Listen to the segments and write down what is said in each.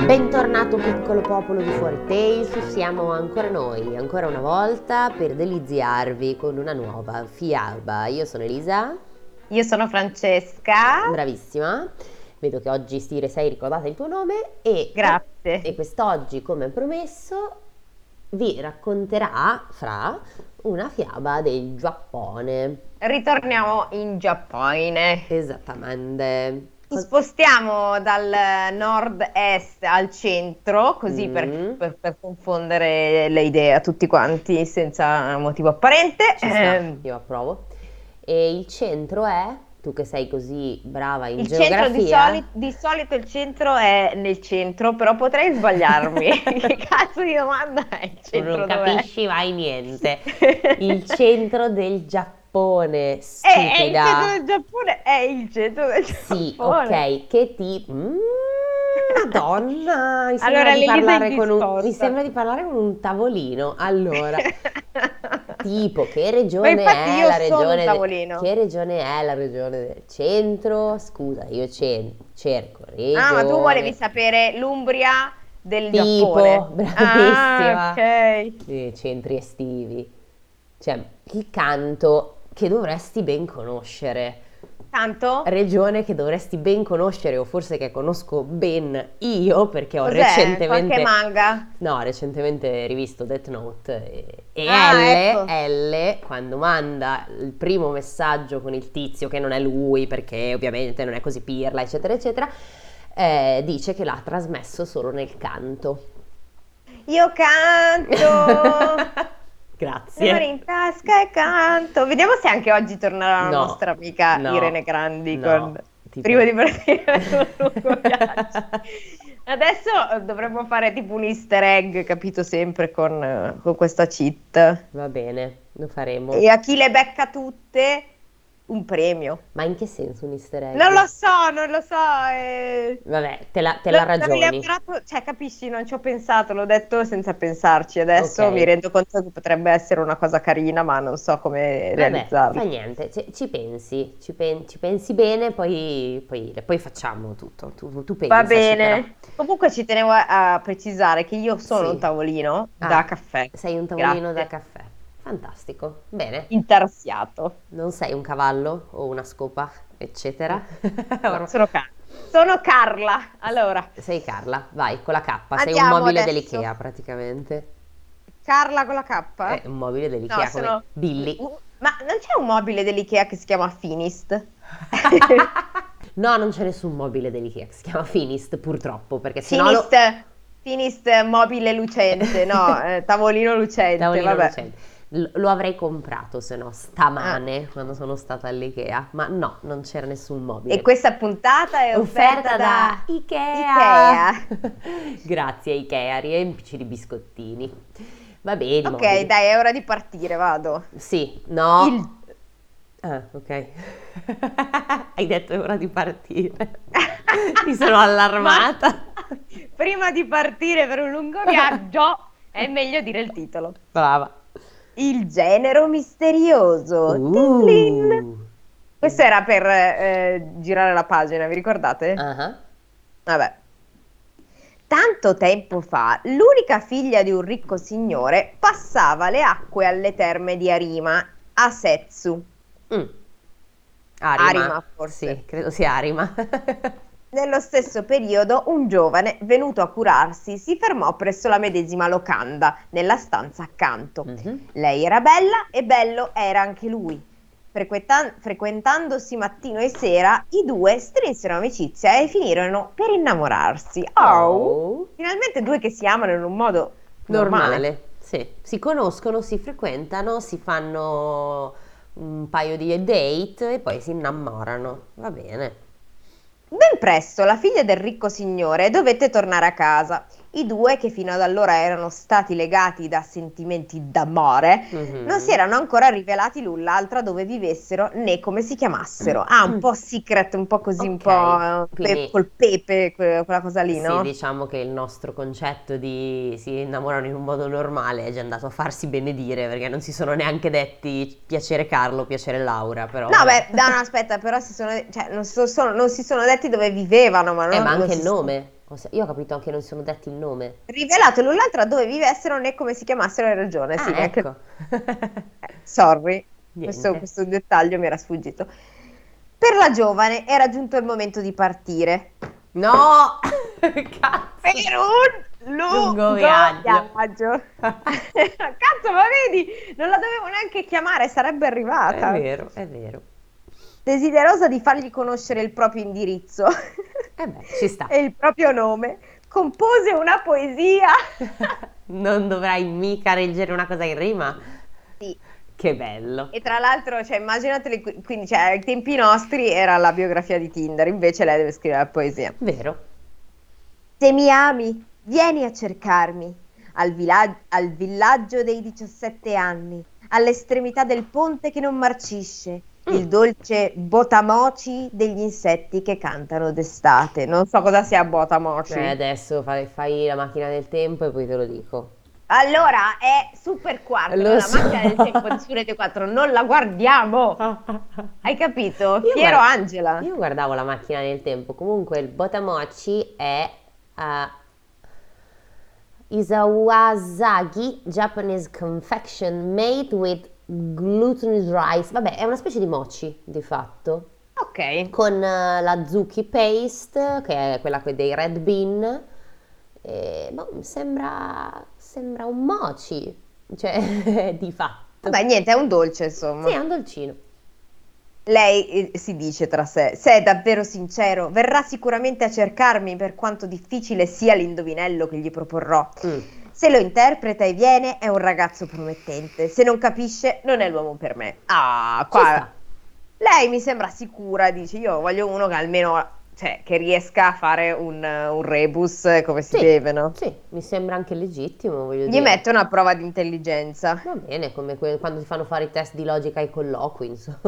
Bentornato piccolo popolo di Fuori Tales, siamo ancora noi, ancora una volta per deliziarvi con una nuova fiaba. Io sono Elisa. Io sono Francesca. Bravissima. Vedo che oggi sei ricordata il tuo nome e Grazie. quest'oggi, come promesso, vi racconterà Fra una fiaba del Giappone. Ritorniamo in Giappone. Esattamente. Ci spostiamo dal nord-est al centro, così per confondere le idee a tutti quanti senza motivo apparente. Ci sta, io approvo. E il centro è, tu che sei così brava in Il centro geografia, di solito il centro è nel centro, però potrei sbagliarmi. Che cazzo di domanda è il centro non dov'è? capisci mai niente. Il centro del Giappone, È il stupida. centro del Giappone, è il centro del Sì, Giappone. ok, che ti... Madonna, mi sembra Allora, di l'Elisa è parlare mi indisposta. sembra di parlare con un tavolino. Allora, tipo, che Ma regione infatti è io la sono un regione tavolino. che regione è la regione del centro? Scusa, io cerco Ah, ma tu volevi regione. sapere l'Umbria del Tipo, Giappone. Ah, bravissima. ok. Centri estivi. Cioè, il canto che dovresti ben conoscere. Tanto? Regione che dovresti ben conoscere, o forse che conosco ben io, perché ho Cos'è? Qualche recentemente... manga? No, recentemente rivisto Death Note e Ah, ecco. L, quando manda il primo messaggio con il tizio che non è lui, perché ovviamente non è così pirla, eccetera, eccetera, dice che l'ha trasmesso solo nel canto. Io canto. Le mani Grazie. in tasca e canto. Vediamo se anche oggi tornerà la No, nostra amica no, Irene Grandi no, prima di tipo... partire per un lungo viaggio. Adesso dovremmo fare tipo un easter egg, capito, sempre con questa cheat. Va bene, lo faremo. E a chi le becca tutte, un premio. Ma in che senso un easter egg? Non lo so, non lo so. Vabbè, te la L'ho ragioni. elaborato, cioè, capisci, non ci ho pensato, l'ho detto senza pensarci. Adesso Ok. mi rendo conto che potrebbe essere una cosa carina, ma non so come Vabbè, realizzarla. fa niente, ci pensi, ci pensi bene, poi facciamo tutto. Tu Va pensaci però. bene. Comunque ci tenevo a precisare che io sono un Sì. tavolino da Ah, caffè. sei un tavolino da Grazie. caffè. Fantastico. Bene. Intarsiato. Non sei un cavallo o una scopa, eccetera. No, sono Carla. Sono Carla. Allora, Sei Carla, vai, con la K. Sei un andiamo mobile adesso. dell'IKEA praticamente. Carla con la È K? un mobile No, dell'IKEA come sono... Billy. Ma non c'è un mobile dell'IKEA che si chiama Finist? No, non c'è nessun mobile dell'IKEA che si chiama Finist, purtroppo, perché sennò lo... Finist mobile lucente, no, tavolino lucente, Tavolino vabbè. lucente. Lo avrei comprato, se no, stamane, quando sono stata all'IKEA. Ma no, non c'era nessun mobile. E questa puntata è offerta da IKEA. Grazie IKEA, riempici di biscottini. Va bene, Ok, mobili. dai, è ora di partire, vado. Sì, no. Il... Ah, ok. Hai detto è ora di partire. Mi sono allarmata. Ma prima di partire per un lungo viaggio è meglio dire il titolo. Brava. Il genero misterioso. Tin lin. Questo era per girare la pagina, vi ricordate? Ah. Vabbè. Tanto tempo fa, l'unica figlia di un ricco signore passava le acque alle terme di Arima, a Setsu. Arima, forse. Sì, credo sia Arima. Nello stesso periodo, un giovane, venuto a curarsi, si fermò presso la medesima locanda, nella stanza accanto. Lei era bella e bello era anche lui. Frequentandosi mattino e sera, i due strinsero amicizia e finirono per innamorarsi. Oh! Finalmente due che si amano in un modo normale. Sì, si conoscono, si frequentano, si fanno un paio di date e poi si innamorano. Va bene. Ben presto la figlia del ricco signore dovette tornare a casa. I due, che fino ad allora erano stati legati da sentimenti d'amore, non si erano ancora rivelati l'un l'altra dove vivessero né come si chiamassero. Ah, un po' secret, un po' così, un po' quindi... col pepe, quella cosa lì, no? Sì, diciamo che il nostro concetto di si innamorano in un modo normale è già andato a farsi benedire, perché non si sono neanche detti piacere Carlo, piacere Laura, però... No, beh, no, aspetta, però non si sono detti dove vivevano, ma ma anche il nome. Io ho capito anche non sono detti il nome. Rivelato l'un l'altra dove vivessero né come si chiamassero, hai ragione, sì, Ah, neanche... ecco. Sorry, questo, Niente. questo dettaglio mi era sfuggito. Per la giovane era giunto il momento di partire. No! Per Cazzo! un Lungo lungo viaggio. viaggio. Cazzo, ma vedi, non la dovevo neanche chiamare, sarebbe È arrivata. vero, è vero. Desiderosa di fargli conoscere il proprio indirizzo Eh beh, ci sta. e il proprio nome, compose una poesia. Non dovrai mica leggere una cosa in rima. Sì. Che bello. E tra l'altro, cioè, immaginateli, quindi, cioè, ai tempi nostri era la biografia di Tinder, invece lei deve scrivere la poesia. Vero? Se mi ami, vieni a cercarmi al villaggio dei 17 anni, all'estremità del ponte che non marcisce, Mm. il dolce botamoci degli insetti che cantano d'estate. Non so cosa sia botamoci. Adesso fai la macchina del tempo e poi te lo dico. Allora è Super Quark, non Lo la so. macchina del tempo di su Rete 4, non la guardiamo. Hai capito? Io, Piero Angela. io guardavo la macchina del tempo. Comunque il Botamochi è Isawazaki Japanese confection made with glutinous rice. Vabbè, è una specie di mochi di fatto. Ok. Con la Zucchi Paste, che è quella dei Red Bean. E, boh, sembra un mochi, cioè di fatto. Vabbè, niente, è un dolce, Sì, insomma. è un dolcino. Lei si dice tra sé, se è davvero sincero, verrà sicuramente a cercarmi per quanto difficile sia l'indovinello che gli proporrò. Mm, Se lo interpreta e viene, è un ragazzo promettente. Se non capisce, non è l'uomo per me. Ah, ci qua sta. lei mi sembra sicura, dice io voglio uno che almeno, cioè, che riesca a fare un rebus come si Sì, deve, no? sì, mi sembra anche legittimo, voglio Gli dire. mette una prova di intelligenza. Va bene, come quando ti fanno fare i test di logica ai colloqui, insomma.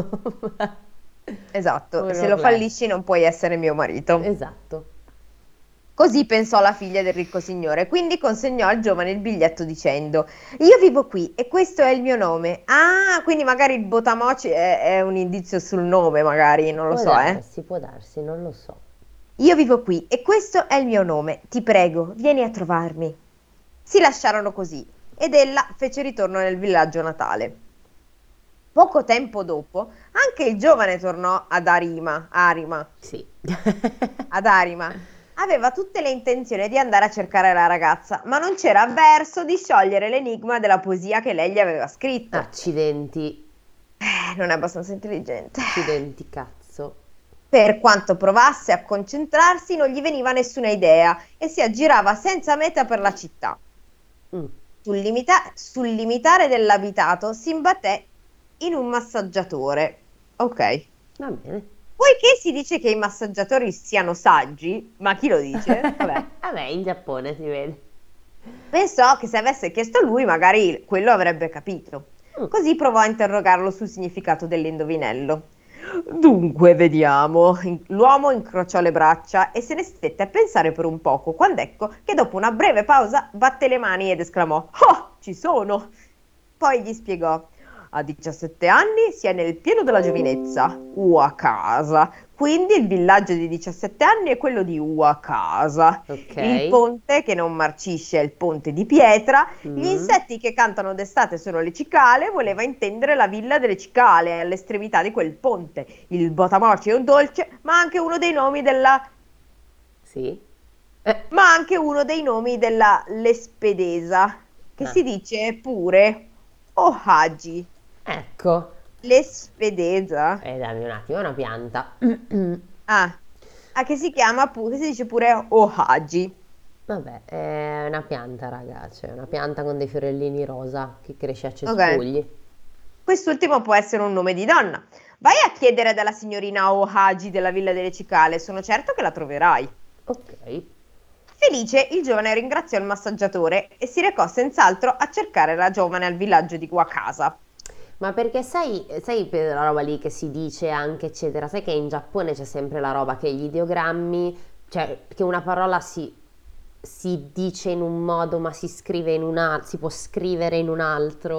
Esatto, Come se lo Orlando. fallisci non puoi essere mio marito. Esatto. Così pensò la figlia del ricco signore, quindi consegnò al giovane il biglietto dicendo: Io vivo qui e questo è il mio nome. Ah, quindi magari il Botamoci è un indizio sul nome, magari, non lo so, eh. Può darsi, non lo so. Io vivo qui e questo è il mio nome. Ti prego, vieni a trovarmi. Si lasciarono così ed ella fece ritorno nel villaggio natale. Poco tempo dopo, anche il giovane tornò Sì. ad Arima. Aveva tutte le intenzioni di andare a cercare la ragazza, ma non c'era verso di sciogliere l'enigma della poesia che lei gli aveva scritto. Accidenti, Non è abbastanza intelligente. accidenti, cazzo. Per quanto provasse a concentrarsi, non gli veniva nessuna idea e si aggirava senza meta per la città. Mm, Sul limitare dell'abitato si imbatté in un massaggiatore. Ok. va bene. Poiché si dice che i massaggiatori siano saggi, ma chi lo dice? Vabbè. Vabbè, in Giappone si vede. Pensò che se avesse chiesto lui, magari quello avrebbe capito. Mm, Così provò a interrogarlo sul significato dell'indovinello. Dunque, vediamo. L'uomo incrociò le braccia e se ne stette a pensare per un poco, quando ecco che dopo una breve pausa batté le mani ed esclamò: Oh, ci sono! Poi gli spiegò: A 17 anni si è nel pieno della giovinezza, Uakasa. Quindi il villaggio di 17 anni è quello di Uakasa. Il ok. ponte che non marcisce è il ponte di pietra. Gli Mm, insetti che cantano d'estate sono le cicale. Voleva intendere la villa delle cicale all'estremità di quel ponte. Il botamoci è un dolce, ma anche uno dei nomi della sì. Lespedesa, che Ah, si dice pure Ohagi. ecco. Lespedesa. Dammi un attimo, è una pianta. Ah, che si chiama che si dice pure Ohagi. Vabbè, è una pianta, ragazzi, è una pianta con dei fiorellini rosa che cresce a Ok. cespugli. Quest'ultimo può essere un nome di donna. Vai a chiedere dalla signorina Ohagi della Villa delle Cicale, sono certo che la troverai. Ok. Felice, il giovane ringraziò il massaggiatore e si recò senz'altro a cercare la giovane al villaggio di Wakasa. Ma perché sai per la roba lì che si dice anche, eccetera, sai che in Giappone c'è sempre la roba che gli ideogrammi, cioè che una parola si dice in un modo ma si scrive in un altro, si può scrivere in un altro,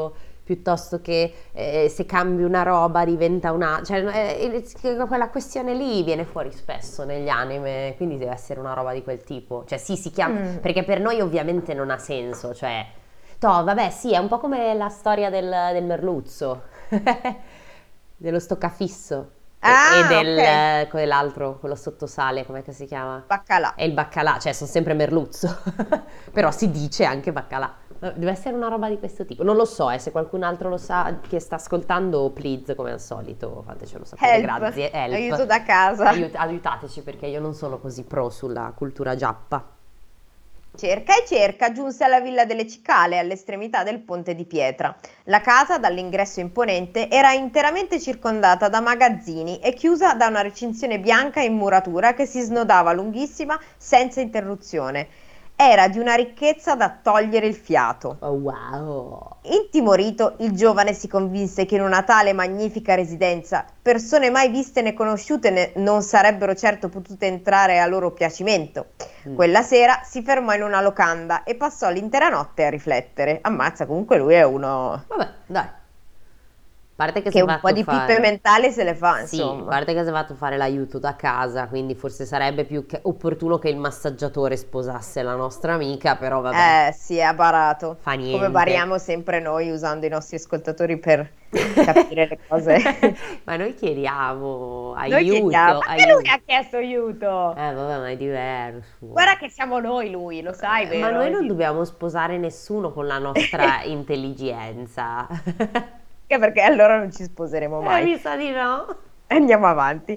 piuttosto che se cambi una roba diventa una... Cioè, quella questione lì viene fuori spesso negli anime, quindi deve essere una roba di quel tipo. Cioè sì, si chiama... Perché per noi ovviamente non ha senso, cioè... vabbè, sì, è un po' come la storia del merluzzo, dello stoccafisso. Ok. Quell'altro, quello sottosale, com'è che si chiama? Baccalà. È il baccalà, cioè sono sempre merluzzo, però si dice anche baccalà. Deve essere una roba di questo tipo. Non lo so, se qualcun altro lo sa che sta ascoltando, please, come al solito, fatecelo sapere, Help. grazie. Help. Aiuto da casa. Aiutateci perché io non sono così pro sulla cultura giappa. Cerca e cerca giunse alla Villa delle Cicale, all'estremità del ponte di pietra. La casa, dall'ingresso imponente, era interamente circondata da magazzini e chiusa da una recinzione bianca in muratura che si snodava lunghissima senza interruzione. Era di una ricchezza da togliere il fiato. Oh, wow! Intimorito, il giovane si convinse che in una tale magnifica residenza persone mai viste né conosciute non sarebbero certo potute entrare a loro piacimento. Quella sera si fermò in una locanda e passò l'intera notte a riflettere. Ammazza, comunque lui è uno Vabbè, dai. A parte che un po' di pippe mentali se le fa, sì, a insomma. parte che si è fatto fare l'aiuto da casa, quindi forse sarebbe più opportuno che il massaggiatore sposasse la nostra amica, però vabbè, Sì, è barato. fa Come niente. bariamo sempre noi usando i nostri ascoltatori per capire le cose. Ma noi chiediamo Noi chiediamo, anche lui aiuto. ha chiesto aiuto. Vabbè, ma è diverso. Guarda che siamo noi lui, lo sai, Ma vero? noi non dobbiamo sposare nessuno con la nostra intelligenza. Anche perché allora non ci sposeremo mai. Mi sa di no. Andiamo avanti.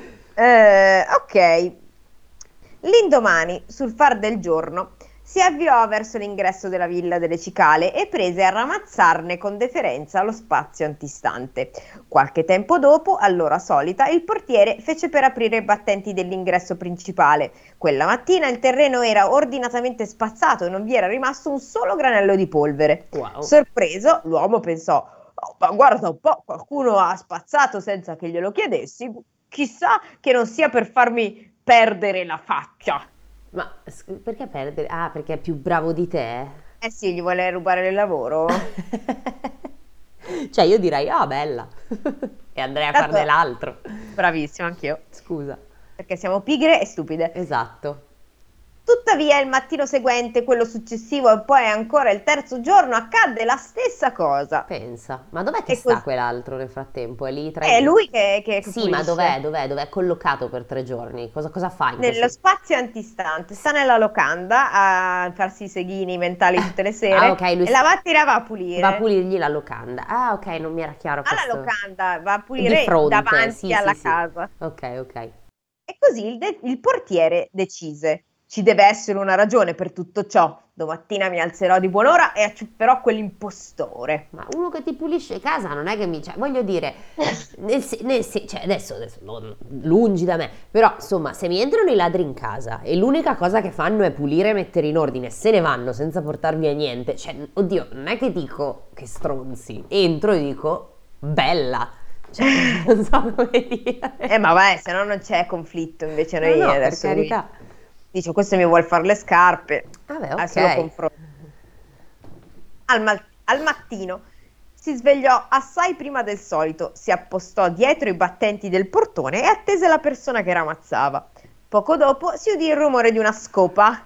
Ok. L'indomani, sul far del giorno, si avviò verso l'ingresso della Villa delle Cicale e prese a ramazzarne con deferenza lo spazio antistante. Qualche tempo dopo, all'ora solita, il portiere fece per aprire i battenti dell'ingresso principale. Quella mattina il terreno era ordinatamente spazzato e non vi era rimasto un solo granello di polvere. Wow. Sorpreso, l'uomo pensò: "Oh, ma guarda un po', qualcuno ha spazzato senza che glielo chiedessi. Chissà che non sia per farmi perdere la faccia." Ma perché perdere? Ah, perché è più bravo di te? Eh sì, gli vuole rubare il lavoro. Cioè io direi, ah, bella. E andrei a farne l'altro. Bravissimo, anch'io. Scusa. Perché siamo pigre e stupide. Esatto. Tuttavia il mattino seguente, quello successivo e poi ancora il terzo giorno accadde la stessa cosa. Pensa. Ma dov'è che E sta così- quell'altro nel frattempo? È lì tra È lui che Sì, ma pulisce. dov'è? È collocato per 3 giorni. Cosa fa in Nello questo... spazio antistante, sta nella locanda a farsi i seghini mentali tutte le sere Ah, ok, lui e la mattina va a pulire. va a pulirgli la locanda. Ah, ok, non mi era chiaro Alla questo. locanda, va a Di pulire fronte, davanti sì, alla sì. casa. Ok. E così il portiere decise: ci deve essere una ragione per tutto ciò. Domattina mi alzerò di buon'ora e acciufferò quell'impostore. Ma uno che ti pulisce casa non è che mi... Cioè, voglio dire, cioè adesso lungi da me, però insomma, se mi entrano i ladri in casa e l'unica cosa che fanno è pulire e mettere in ordine, se ne vanno senza portar via niente, cioè, oddio, non è che dico che stronzi, entro e dico bella, cioè, non so come dire. Ma vai, se no non c'è conflitto. Invece noi No, per adesso lui carità. dice: questo mi vuol fare le scarpe. Vabbè, Adesso lo ok. confronto. Al mattino si svegliò assai prima del solito, si appostò dietro i battenti del portone e attese la persona che ramazzava. Poco dopo si udì il rumore di una scopa.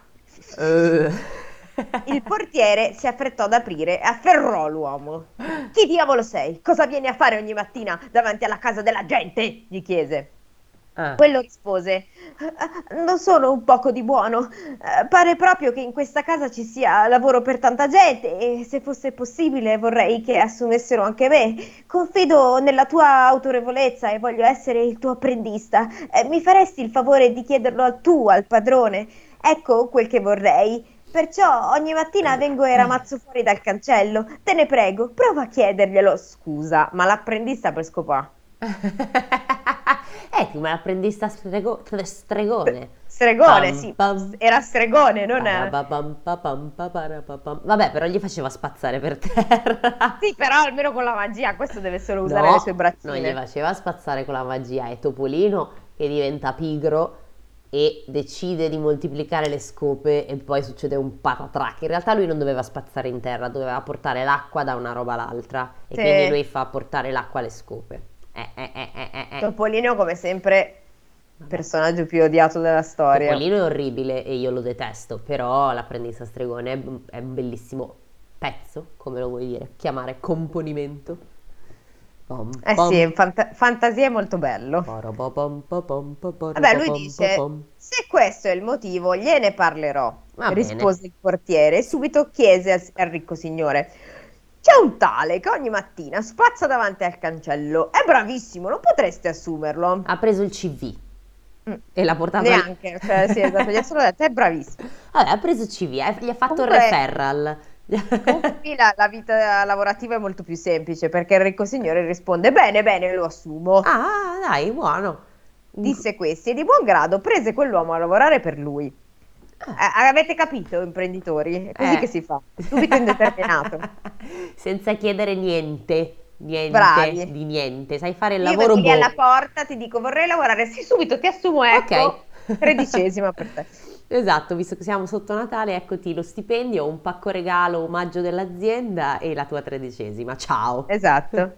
Il portiere si affrettò ad aprire e afferrò l'uomo. Chi diavolo sei? Cosa vieni a fare ogni mattina davanti alla casa della gente? Gli chiese. Ah. Quello rispose: non sono un poco di buono. Pare proprio che in questa casa ci sia lavoro per tanta gente e se fosse possibile vorrei che assumessero anche me. Confido nella tua autorevolezza e voglio essere il tuo apprendista. Mi faresti il favore di chiederlo tu al padrone? Ecco quel che vorrei. Perciò ogni mattina vengo e ramazzo fuori dal cancello. Te ne prego, prova a chiederglielo. Scusa, ma l'apprendista per scopà. Ma l'apprendista stregone. Stregone, Pam, sì, pam. era stregone, non è... Parapapam, papam, paparapapam. Vabbè, però gli faceva spazzare per terra. Sì, però almeno con la magia, questo deve solo usare No, le sue non gli braccine. faceva spazzare con la magia. È Topolino che diventa pigro e decide di moltiplicare le scope e poi succede un patatrac. In realtà lui non doveva spazzare in terra, doveva portare l'acqua da una roba all'altra e quindi lui fa portare l'acqua alle scope. Topolino come sempre personaggio più odiato della storia. Topolino è orribile e io lo detesto, però l'apprendista stregone è un bellissimo pezzo, come lo vuoi dire, chiamare componimento. Sì, fantasia è molto bello. Vabbè, lui dice, se questo è il motivo, gliene parlerò, rispose il portiere e subito chiese al ricco signore, c'è un tale che ogni mattina spazza davanti al cancello, è bravissimo, non potreste assumerlo? Ha preso il CV e l'ha portato neanche, cioè sì, esatto, gli ha solo detto, è bravissimo. Vabbè, ha preso il CV, gli ha fatto il Comunque, referral. Comunque qui la vita lavorativa è molto più semplice perché il ricco signore risponde bene, bene, lo assumo. Ah, dai, buono. Disse questi e di buon grado prese quell'uomo a lavorare per lui. Avete capito, imprenditori? È così che si fa, subito indeterminato. Senza chiedere niente Bravi. di niente, sai fare il Io lavoro vengo lì alla porta, ti dico vorrei lavorare, sì, subito ti assumo, ecco, Ok. 13ª per te. Esatto, visto che siamo sotto Natale, eccoti lo stipendio, un pacco regalo, omaggio dell'azienda e la tua 13ª. Ciao. Esatto.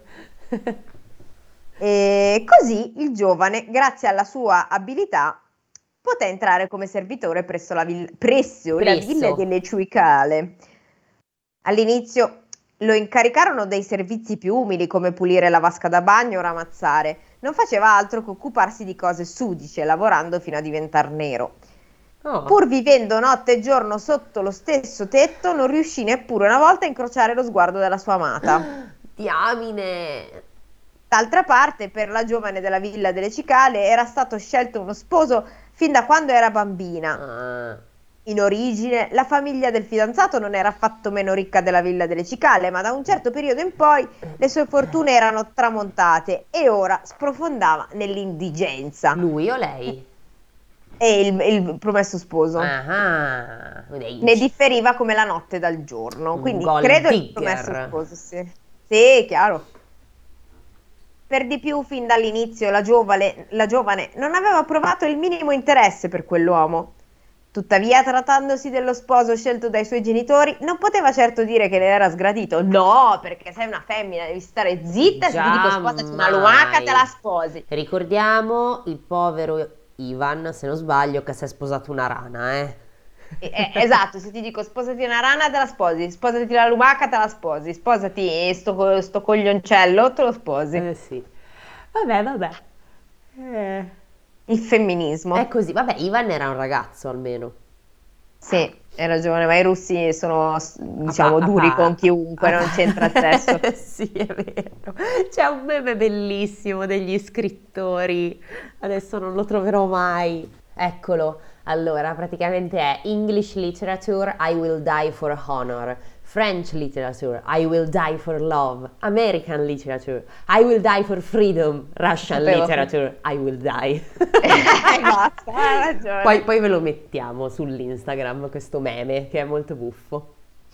E così il giovane, grazie alla sua abilità, poté entrare come servitore presso la villa delle Ciuicale. All'inizio lo incaricarono dei servizi più umili come pulire la vasca da bagno o ramazzare. Non faceva altro che occuparsi di cose sudice, lavorando fino a diventar nero. Pur vivendo notte e giorno sotto lo stesso tetto, non riuscì neppure una volta a incrociare lo sguardo della sua amata. Diamine! D'altra parte, per la giovane della Villa delle Cicale era stato scelto uno sposo fin da quando era bambina. In origine, la famiglia del fidanzato non era affatto meno ricca della Villa delle Cicale, ma da un certo periodo in poi le sue fortune erano tramontate e ora sprofondava nell'indigenza. Lui o lei? E il promesso sposo. Ne differiva come la notte dal giorno, quindi credo il promesso sposo, sì. Sì, chiaro. Per di più, fin dall'inizio, la giovane non aveva provato il minimo interesse per quell'uomo. Tuttavia, trattandosi dello sposo scelto dai suoi genitori, non poteva certo dire che le era sgradito. No, perché sei una femmina, devi stare zitta, se ti dico sposati una lumaca, te la sposi. Ricordiamo il povero Ivan, se non sbaglio, che si è sposato una rana, Esatto, se ti dico sposati una rana te la sposi, sposati la lumaca te la sposi, sposati sto coglioncello te lo sposi. Sì. Vabbè. Il femminismo. È così, vabbè, Ivan era un ragazzo almeno. Sì, hai ragione, ma i russi sono, diciamo, duri con chiunque, non c'entra il sesso. Sì, è vero. C'è un meme bellissimo degli scrittori, adesso non lo troverò mai. Eccolo, allora praticamente è English literature, I will die for honor. French literature, I will die for love. American literature, I will die for freedom. Russian literature, I will die. Basta, hai ragione. Poi ve lo mettiamo sull'Instagram questo meme che è molto buffo.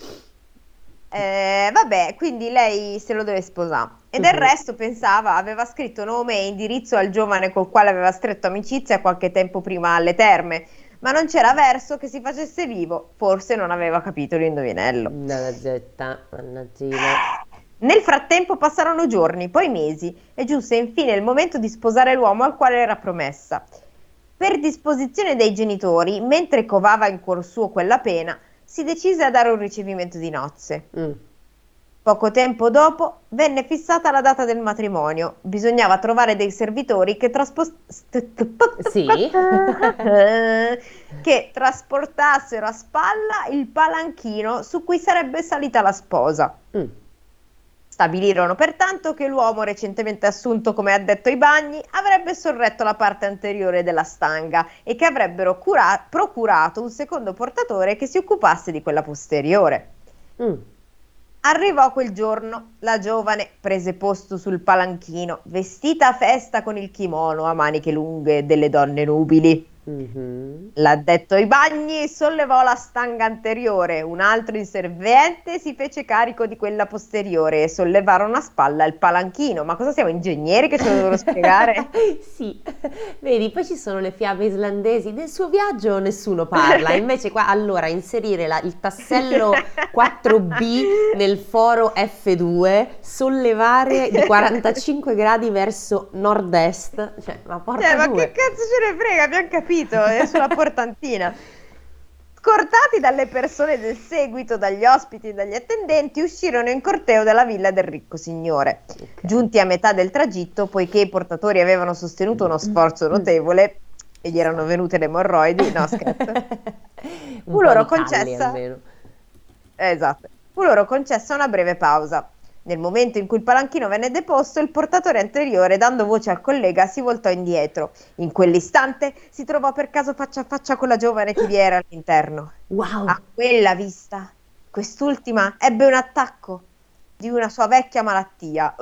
Vabbè, quindi lei se lo deve sposare. E del resto pensava, aveva scritto nome e indirizzo al giovane col quale aveva stretto amicizia qualche tempo prima alle terme, ma non c'era verso che si facesse vivo, forse non aveva capito l'indovinello. Mannaggia. Nel frattempo passarono giorni, poi mesi, e giunse infine il momento di sposare l'uomo al quale era promessa. Per disposizione dei genitori, mentre covava in cuor suo quella pena, si decise a dare un ricevimento di nozze. Poco tempo dopo venne fissata la data del matrimonio. Bisognava trovare dei servitori che trasportassero a spalla il palanchino su cui sarebbe salita la sposa. Stabilirono pertanto che l'uomo recentemente assunto come addetto ai bagni avrebbe sorretto la parte anteriore della stanga e che avrebbero procurato un secondo portatore che si occupasse di quella posteriore. Arrivò quel giorno, la giovane prese posto sul palanchino, vestita a festa con il kimono a maniche lunghe delle donne nubili. Mhm. L'addetto ai bagni sollevò la stanga anteriore, un altro inserviente si fece carico di quella posteriore e sollevarono a spalla il palanchino. Ma cosa siamo, ingegneri che ce lo devono spiegare? Sì, vedi, poi ci sono le fiabe islandesi. Del suo viaggio nessuno parla, invece qua allora inserire il tassello 4B nel foro F2, sollevare di 45 gradi verso nord-est, cioè, ma porca Ma che due. cazzo ce ne frega, abbiamo capito, è sulla portantina. Scortati dalle persone del seguito, dagli ospiti e dagli attendenti, uscirono in corteo dalla villa del ricco signore. Ok. Giunti a metà del tragitto, poiché i portatori avevano sostenuto uno sforzo notevole e Ci gli erano sta. venute le emorroidi, no scherzo, Un fu po' loro di calli concessa, almeno. esatto, fu loro concessa una breve pausa. Nel momento in cui il palanchino venne deposto, il portatore anteriore, dando voce al collega, si voltò indietro. In quell'istante si trovò per caso faccia a faccia con la giovane che vi era all'interno. Wow. A quella vista, quest'ultima ebbe un attacco di una sua vecchia malattia.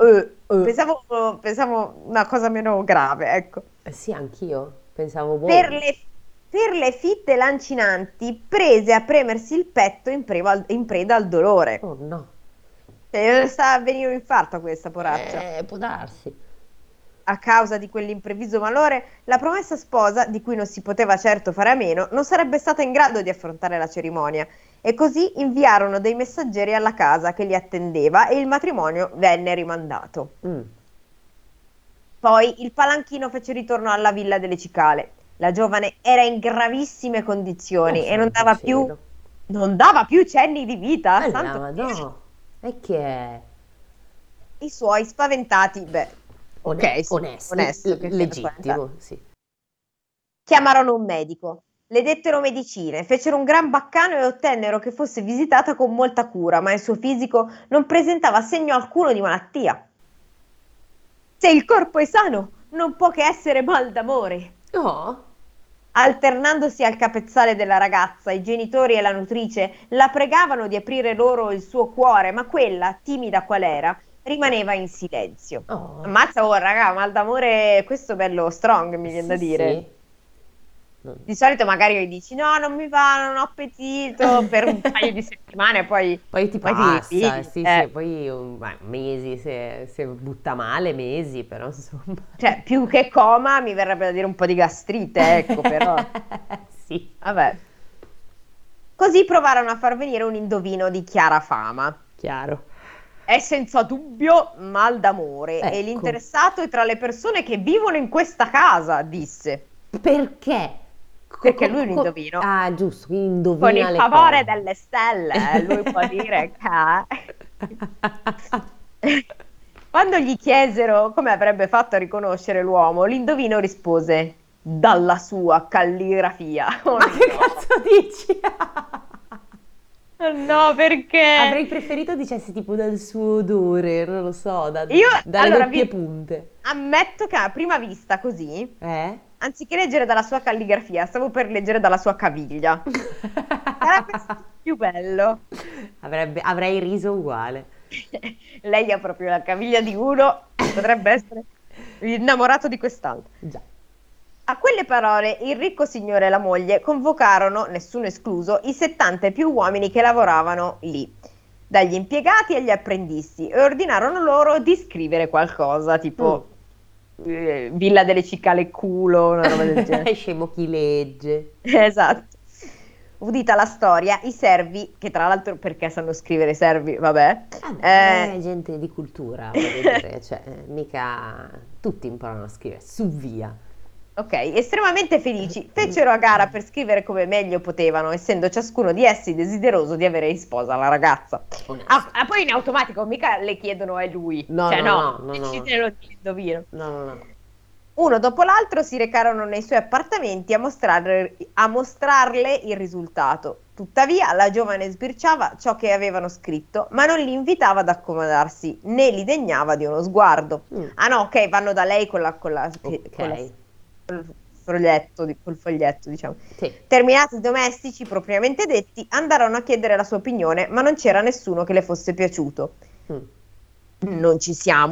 Pensavo una cosa meno grave, ecco. Sì, anch'io pensavo, Per boh. per le fitte lancinanti, prese a premersi il petto in preda al dolore. Oh no. Cioè, sta a venire un infarto a questa poraccia. Può darsi. A causa di quell'improvviso malore, la promessa sposa, di cui non si poteva certo fare a meno, non sarebbe stata in grado di affrontare la cerimonia, e così inviarono dei messaggeri alla casa che li attendeva e il matrimonio venne rimandato. Mm. Poi il palanchino fece ritorno alla villa delle cicale. La giovane era in gravissime condizioni e Santo cielo. non dava più cenni di vita, Alla santo cielo. madò. E che è? I suoi spaventati, beh, ok, sì, Onesto, onesto che siano spaventati. legittimo, sì. Chiamarono un medico, le dettero medicine, fecero un gran baccano e ottennero che fosse visitata con molta cura, ma il suo fisico non presentava segno alcuno di malattia. Se il corpo è sano, non può che essere mal d'amore. Oh, Alternandosi al capezzale della ragazza, i genitori e la nutrice la pregavano di aprire loro il suo cuore, ma quella, timida qual era, rimaneva in silenzio. oh. Ammazza, oh, raga, mal d'amore, questo è bello strong, mi viene da Sì, dire. sì. Non- Di solito magari dici no, non mi va, non ho appetito per un paio di settimane, Poi ti poi ti passa, ripigli. sì, sì, poi mesi, se butta male, mesi, però insomma. Cioè, più che coma mi verrebbe da dire un po' di gastrite, ecco, però. Sì, Vabbè. Così provarono a far venire un indovino di chiara fama. chiaro. È senza dubbio mal d'amore e Ecco, l'interessato è tra le persone che vivono in questa casa, disse. perché? Perché lui è un indovino. Ah, giusto, quindi Con indovina il le favore cose. delle stelle, lui può dire che... Quando gli chiesero come avrebbe fatto a riconoscere l'uomo, l'indovino rispose: dalla sua calligrafia. Oh Ma che no, cazzo dici? oh no, perché? Avrei preferito dicessi tipo dal suo odore, non lo so, Io, dalle allora, doppie punte. ammetto che a prima vista così, Eh? anziché leggere dalla sua calligrafia, stavo per leggere dalla sua caviglia. Sarebbe stato più bello. Avrei riso uguale. Lei ha proprio la caviglia di uno, potrebbe essere innamorato di quest'altro. Già. A quelle parole il ricco signore e la moglie convocarono, nessuno escluso, i 70 e più uomini che lavoravano lì, dagli impiegati agli apprendisti, e ordinarono loro di scrivere qualcosa, Mm. tipo Villa delle Cicale culo, una roba del genere. Scemo chi legge. Esatto. Udita la storia, i servi, che tra l'altro perché sanno scrivere i servi, vabbè, Vabbè, è gente di cultura, voglio dire, cioè, mica tutti imparano a scrivere, su via. ok, estremamente felici, fecero a gara per scrivere come meglio potevano, essendo ciascuno di essi desideroso di avere in sposa la ragazza. Onesto. Poi in automatico mica le chiedono a lui, No, cioè no, no, no, no, no. decidelo di indovino. No, no, no. Uno dopo l'altro si recarono nei suoi appartamenti a mostrarle il risultato. Tuttavia la giovane sbirciava ciò che avevano scritto, ma non li invitava ad accomodarsi, né li degnava di uno sguardo. Mm. Ah no, ok, vanno da lei con Ok. col foglietto, col foglietto, diciamo. Sì. Terminati i domestici propriamente detti, andarono a chiedere la sua opinione, ma non c'era nessuno che le fosse piaciuto. Mm. Non ci siamo,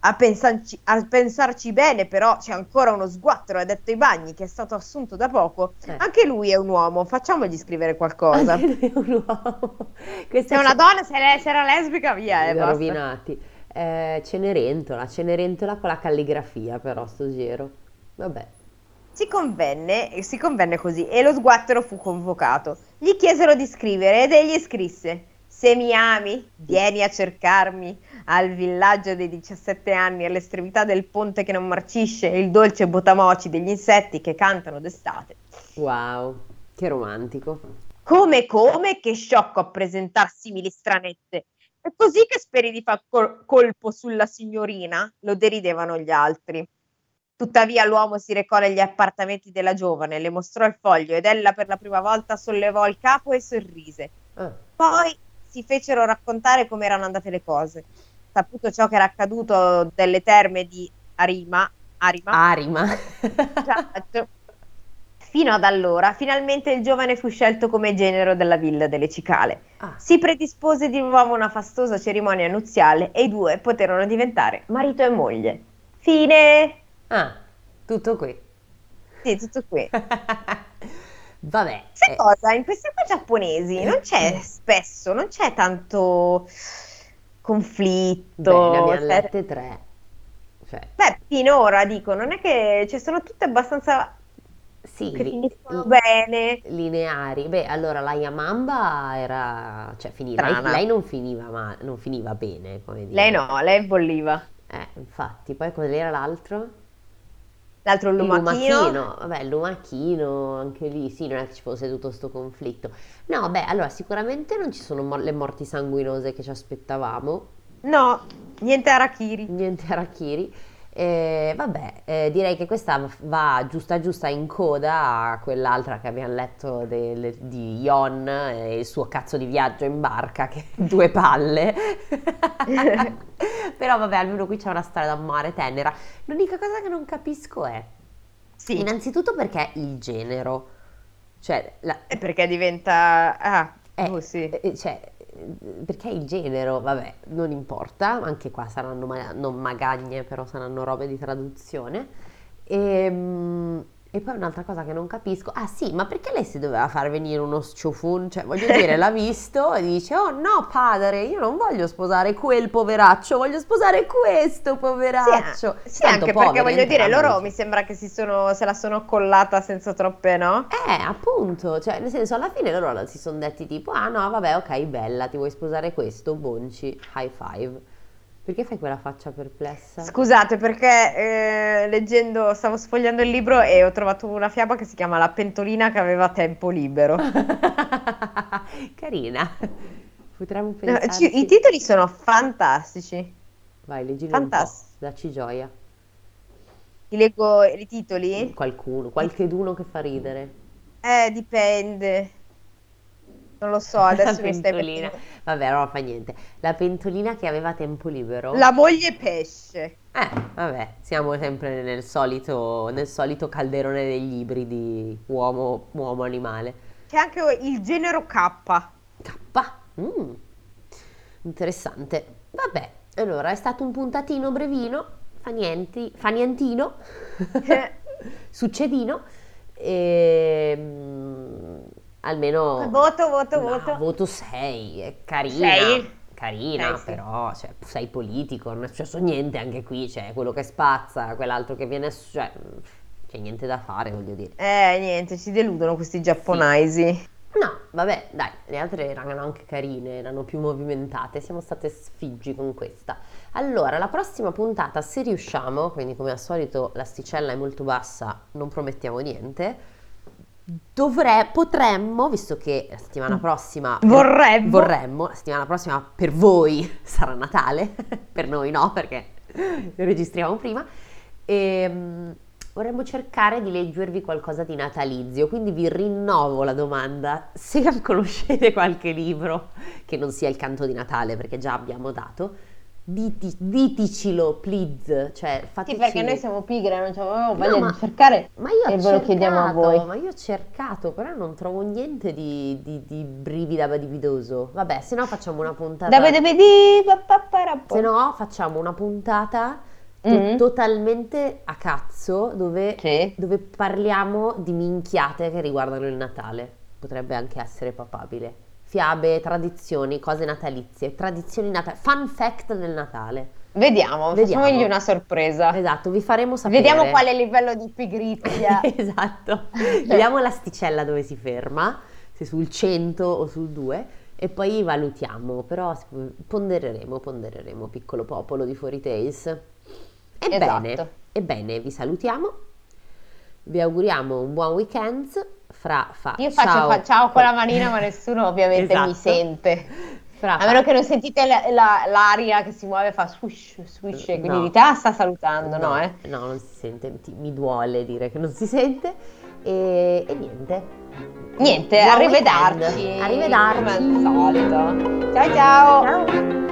a pensarci bene, però c'è ancora uno sguattero, ha detto ai bagni, che è stato assunto da poco. Eh, Anche lui è un uomo, facciamogli scrivere qualcosa. anche lui è un uomo. Se Questo è una c'è. donna, se era lesbica, via, basta. Rovinati. Cenerentola con la calligrafia però sto giro. Vabbè. Si convenne così e lo sguattero fu convocato. Gli chiesero di scrivere ed egli scrisse: Se mi ami, vieni a cercarmi al villaggio dei 17 anni, all'estremità del ponte che non marcisce, il dolce botamoci degli insetti che cantano d'estate. Wow, che romantico. Come, che sciocco a presentar simili stranezze. È così che speri di far colpo sulla signorina? Lo deridevano gli altri. Tuttavia l'uomo si recò negli appartamenti della giovane, le mostrò il foglio ed ella per la prima volta sollevò il capo e sorrise. Ah, Poi si fecero raccontare come erano andate le cose. Saputo ciò che era accaduto delle terme di Arima, Arima. esatto. Fino ad allora, finalmente il giovane fu scelto come genero della villa delle Cicale. Ah, Si predispose di nuovo una fastosa cerimonia nuziale e i due poterono diventare marito e moglie. Fine! ah, tutto qui. Sì, tutto qui. Vabbè, Questa cosa, in queste qua giapponesi non c'è spesso, non c'è tanto beh, ne conflitto. abbiamo lette tre. Cioè, Beh, finora dico, non è che ci sono tutte abbastanza sì, che finiscono bene. lineari. Beh, allora la Yamamba era, cioè, Strana. lei non finiva, non finiva bene, come Lei dire. no, lei bolliva. Infatti, poi qual era l'altro? L'altro il Il lumachino. lumachino, vabbè, il lumachino, anche lì, sì, non è che ci fosse tutto sto conflitto. No, beh, allora sicuramente non ci sono le morti sanguinose che ci aspettavamo, No, niente arachiri. niente harakiri. Vabbè, direi che questa va giusta giusta in coda a quell'altra che abbiamo letto di Yon e il suo cazzo di viaggio in barca, che due palle. Però vabbè, almeno qui c'è una storia d'amore tenera. L'unica cosa che non capisco è, Sì, innanzitutto perché il genero, cioè, è perché diventa... Ah, è- oh sì. perché il genero, vabbè, non importa, anche qua saranno non magagne, però saranno robe di traduzione. E poi un'altra cosa che non capisco, ah sì, ma perché lei si doveva far venire uno sciofun? Cioè, voglio dire, l'ha visto e dice, oh no, padre, io non voglio sposare quel poveraccio, voglio sposare questo poveraccio. Sì, Tanto anche perché poveri voglio dire, loro entrambi. mi sembra che se la sono collata senza troppe, no? Appunto, cioè, nel senso, alla fine loro si sono detti tipo, ah no, vabbè, ok, bella, ti vuoi sposare questo? Bonci, high five. Perché fai quella faccia perplessa? Scusate, perché leggendo, stavo sfogliando il libro e ho trovato una fiaba che si chiama La pentolina che aveva tempo libero. Carina, potremmo No, I pensarci. titoli sono fantastici, Vai, leggili un po', fantastici. dacci gioia. Ti leggo i titoli? Qualcuno, Di- qualcheduno che fa ridere. Dipende. Non lo so, La adesso mi stai pentolina. mettendo... Vabbè, non fa niente. La pentolina che aveva tempo libero? La moglie pesce. Vabbè, siamo sempre nel solito calderone degli ibridi uomo-animale. C'è anche il genero K. K. Mm, interessante. Vabbè, allora è stato un puntatino brevino, fa nientino, succedino. Almeno Voto, voto, no, voto. voto 6, è carina, 6? carina, Sì. però cioè, sei politico, non è successo niente anche qui, cioè quello che spazza, quell'altro che viene, cioè, c'è niente da fare, voglio dire. Niente, ci deludono questi Sì. giapponesi. No, vabbè, dai, le altre erano anche carine, erano più movimentate, siamo state sfiggi con questa. Allora, la prossima puntata, se riusciamo, quindi come al solito l'asticella è molto bassa, non promettiamo niente, potremmo, visto che la settimana prossima, Vorremmo. la settimana prossima per voi sarà Natale, per noi no, perché lo registriamo prima, e vorremmo cercare di leggervi qualcosa di natalizio, quindi vi rinnovo la domanda, se conoscete qualche libro che non sia il canto di Natale, perché già abbiamo dato, diticelo, please, cioè Sì, fateci... perché noi siamo pigre, non avevamo No, voglia di cercare ma io e ho ve lo chiediamo a voi. ma io ho cercato, però non trovo niente di brivida dividoso. Vabbè, se no facciamo una Da puntata. vedere, Se no facciamo una puntata Mm. totalmente a cazzo, dove Sì. parliamo di minchiate che riguardano il Natale. Potrebbe anche essere papabile. Fiabe, tradizioni, cose natalizie, tradizioni natali, fun fact del Natale. Vediamo, facciamogli Vediamo. una sorpresa. Esatto, vi faremo Vediamo sapere. quale livello di pigrizia. Esatto. Vediamo l'asticella dove si ferma, se sul 100 o sul 2, e poi valutiamo, però pondereremo, piccolo popolo di Fuori Tales. Esatto. Ebbene, vi salutiamo, vi auguriamo un buon weekend. Fra fa Io faccio ciao. ciao con la manina, ma nessuno ovviamente mi Esatto. sente. Fra A meno fa che non sentite l'aria che si muove, fa swish, swish, e quindi no, dite, ah, sta salutando, no, no, eh? no, non si sente, mi duole dire che non si sente e niente. Niente, Buon arrivederci. weekend. Arrivederci. Come al solito. Ciao ciao. Ciao.